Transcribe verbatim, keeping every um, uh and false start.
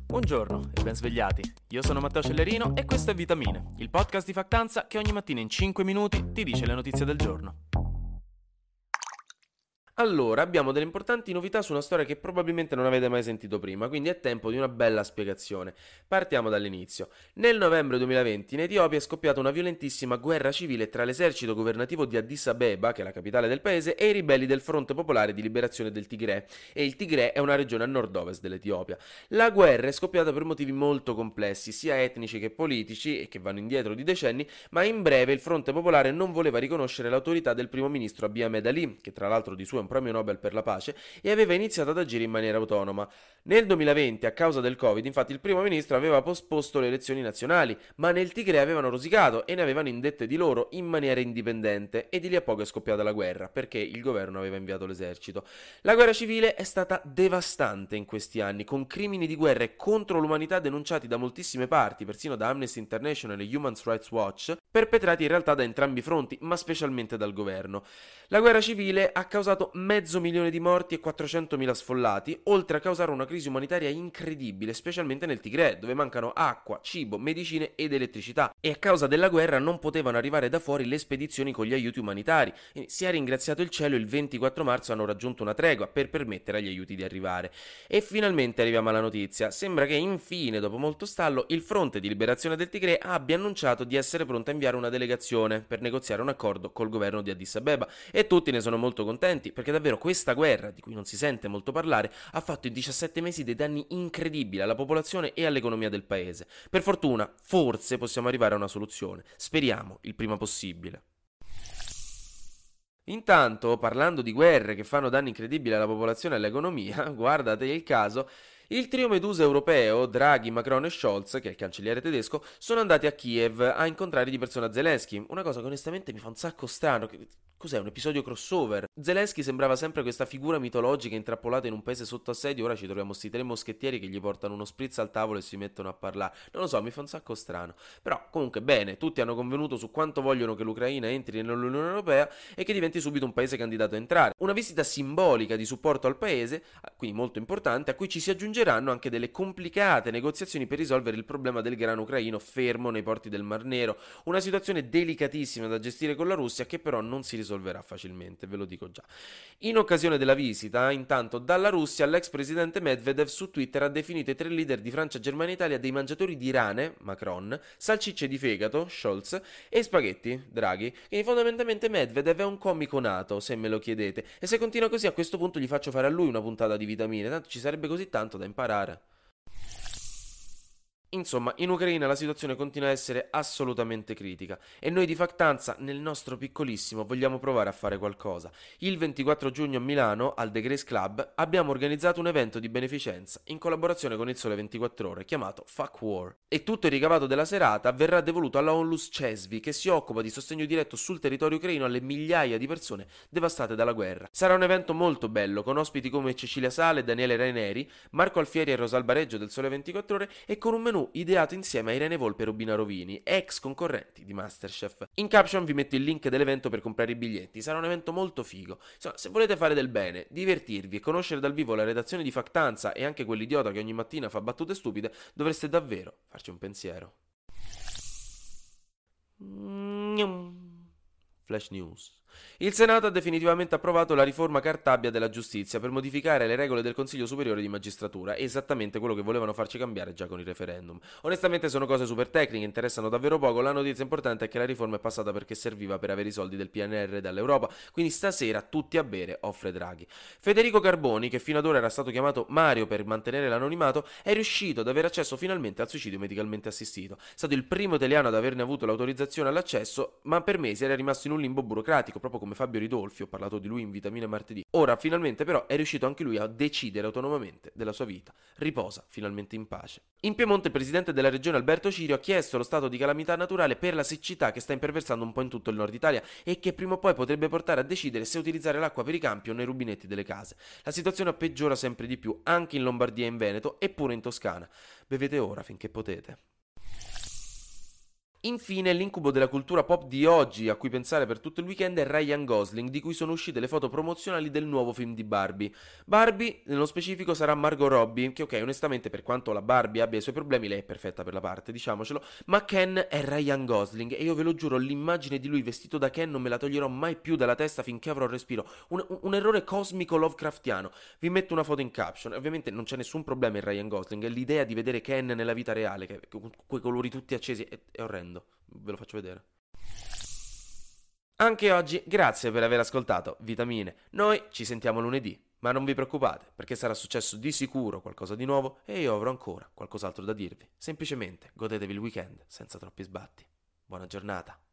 Buongiorno e ben svegliati. Io sono Matteo Cellerino e questo è Vitamine, il podcast di Factanza che ogni mattina in cinque minuti ti dice le notizie del giorno. Allora, abbiamo delle importanti novità su una storia che probabilmente non avete mai sentito prima, quindi è tempo di una bella spiegazione. Partiamo dall'inizio. Nel novembre duemilaventi in Etiopia è scoppiata una violentissima guerra civile tra l'esercito governativo di Addis Abeba, che è la capitale del paese, e i ribelli del Fronte Popolare di Liberazione del Tigray. E il Tigray è una regione a nord-ovest dell'Etiopia. La guerra è scoppiata per motivi molto complessi, sia etnici che politici, e che vanno indietro di decenni, ma in breve il Fronte Popolare non voleva riconoscere l'autorità del primo ministro Abiy Ahmed Ali, che tra l'altro di suo è un premio Nobel per la pace, e aveva iniziato ad agire in maniera autonoma. Nel duemilaventi, a causa del Covid, infatti il primo ministro aveva posposto le elezioni nazionali, ma nel Tigray avevano rosicato e ne avevano indette di loro in maniera indipendente, e di lì a poco è scoppiata la guerra, perché il governo aveva inviato l'esercito. La guerra civile è stata devastante in questi anni, con crimini di guerra e contro l'umanità denunciati da moltissime parti, persino da Amnesty International e Human Rights Watch, perpetrati in realtà da entrambi i fronti, ma specialmente dal governo. La guerra civile ha causato mezzo milione di morti e quattrocentomila sfollati, oltre a causare una crisi umanitaria incredibile, specialmente nel Tigray, dove mancano acqua, cibo, medicine ed elettricità, e a causa della guerra non potevano arrivare da fuori le spedizioni con gli aiuti umanitari. Si è ringraziato il cielo, il ventiquattro marzo hanno raggiunto una tregua per permettere agli aiuti di arrivare. E finalmente arriviamo alla notizia. Sembra che infine, dopo molto stallo, il Fronte di Liberazione del Tigray abbia annunciato di essere pronto a inviare una delegazione per negoziare un accordo col governo di Addis Abeba, e tutti ne sono molto contenti, perché davvero questa guerra, di cui non si sente molto parlare, ha fatto in diciassette mesi dei danni incredibili alla popolazione e all'economia del paese. Per fortuna, forse possiamo arrivare a una soluzione. Speriamo il prima possibile. Intanto, parlando di guerre che fanno danni incredibili alla popolazione e all'economia, guardate il caso. Il trio Medusa europeo, Draghi, Macron e Scholz, che è il cancelliere tedesco, sono andati a Kiev a incontrare di persona Zelensky, una cosa che onestamente mi fa un sacco strano. Cos'è, un episodio crossover? Zelensky sembrava sempre questa figura mitologica intrappolata in un paese sotto assedio, ora ci troviamo sti tre moschettieri che gli portano uno spritz al tavolo e si mettono a parlare. Non lo so, mi fa un sacco strano. Però, comunque, bene, tutti hanno convenuto su quanto vogliono che l'Ucraina entri nell'Unione Europea e che diventi subito un paese candidato a entrare. Una visita simbolica di supporto al paese, quindi molto importante, a cui ci si aggiungeranno anche delle complicate negoziazioni per risolvere il problema del grano ucraino fermo nei porti del Mar Nero, una situazione delicatissima da gestire con la Russia che però non si risolverà facilmente, ve lo dico già. In occasione della visita, intanto, dalla Russia, l'ex presidente Medvedev su Twitter ha definito i tre leader di Francia, Germania e Italia dei mangiatori di rane, Macron, salsicce di fegato, Scholz, e spaghetti, Draghi, quindi fondamentalmente Medvedev è un comico nato, se me lo chiedete, e se continua così a questo punto gli faccio fare a lui una puntata di Vitamine, tanto ci sarebbe così tanto da imparare. Insomma, in Ucraina la situazione continua a essere assolutamente critica e noi di Factanza, nel nostro piccolissimo, vogliamo provare a fare qualcosa. Il ventiquattro giugno a Milano, al The Grace Club, abbiamo organizzato un evento di beneficenza in collaborazione con il Sole ventiquattro Ore, chiamato Fuck War. E tutto il ricavato della serata verrà devoluto alla Onlus Cesvi, che si occupa di sostegno diretto sul territorio ucraino alle migliaia di persone devastate dalla guerra. Sarà un evento molto bello, con ospiti come Cecilia Sale e Daniele Raineri, Marco Alfieri e Rosalba Reggio del Sole ventiquattro Ore, e con un menù ideato insieme a Irene Volpe e Rubina Rovini, ex concorrenti di Masterchef. In caption vi metto il link dell'evento per comprare i biglietti, sarà un evento molto figo. Insomma, se volete fare del bene, divertirvi e conoscere dal vivo la redazione di Factanza e anche quell'idiota che ogni mattina fa battute stupide, dovreste davvero farci un pensiero. Flash News. Il Senato ha definitivamente approvato la riforma Cartabia della giustizia per modificare le regole del Consiglio Superiore di Magistratura, esattamente quello che volevano farci cambiare già con il referendum. Onestamente sono cose super tecniche, interessano davvero poco. La notizia importante è che la riforma è passata perché serviva per avere i soldi del P N R R dall'Europa, quindi stasera tutti a bere, offre Draghi. Federico Carboni, che fino ad ora era stato chiamato Mario per mantenere l'anonimato, è riuscito ad avere accesso finalmente al suicidio medicalmente assistito. È stato il primo italiano ad averne avuto l'autorizzazione all'accesso, ma per mesi era rimasto in un limbo burocratico, proprio come Fabio Ridolfi, ho parlato di lui in Vitamine martedì. Ora finalmente però è riuscito anche lui a decidere autonomamente della sua vita. Riposa finalmente in pace. In Piemonte il presidente della regione Alberto Cirio ha chiesto lo stato di calamità naturale per la siccità che sta imperversando un po' in tutto il nord Italia e che prima o poi potrebbe portare a decidere se utilizzare l'acqua per i campi o nei rubinetti delle case. La situazione peggiora sempre di più anche in Lombardia e in Veneto e pure in Toscana. Bevete ora finché potete. Infine, l'incubo della cultura pop di oggi, a cui pensare per tutto il weekend, è Ryan Gosling, di cui sono uscite le foto promozionali del nuovo film di Barbie. Barbie, nello specifico, sarà Margot Robbie, che ok, onestamente, per quanto la Barbie abbia i suoi problemi, lei è perfetta per la parte, diciamocelo, ma Ken è Ryan Gosling, e io ve lo giuro, l'immagine di lui vestito da Ken non me la toglierò mai più dalla testa finché avrò respiro. Un, un- un errore cosmico Lovecraftiano. Vi metto una foto in caption, ovviamente non c'è nessun problema in Ryan Gosling, è l'idea di vedere Ken nella vita reale, che, con quei colori tutti accesi, è, è orrendo. Ve lo faccio vedere. Anche oggi, grazie per aver ascoltato Vitamine. Noi ci sentiamo lunedì, ma non vi preoccupate, perché sarà successo di sicuro qualcosa di nuovo e io avrò ancora qualcos'altro da dirvi. Semplicemente godetevi il weekend senza troppi sbatti. Buona giornata.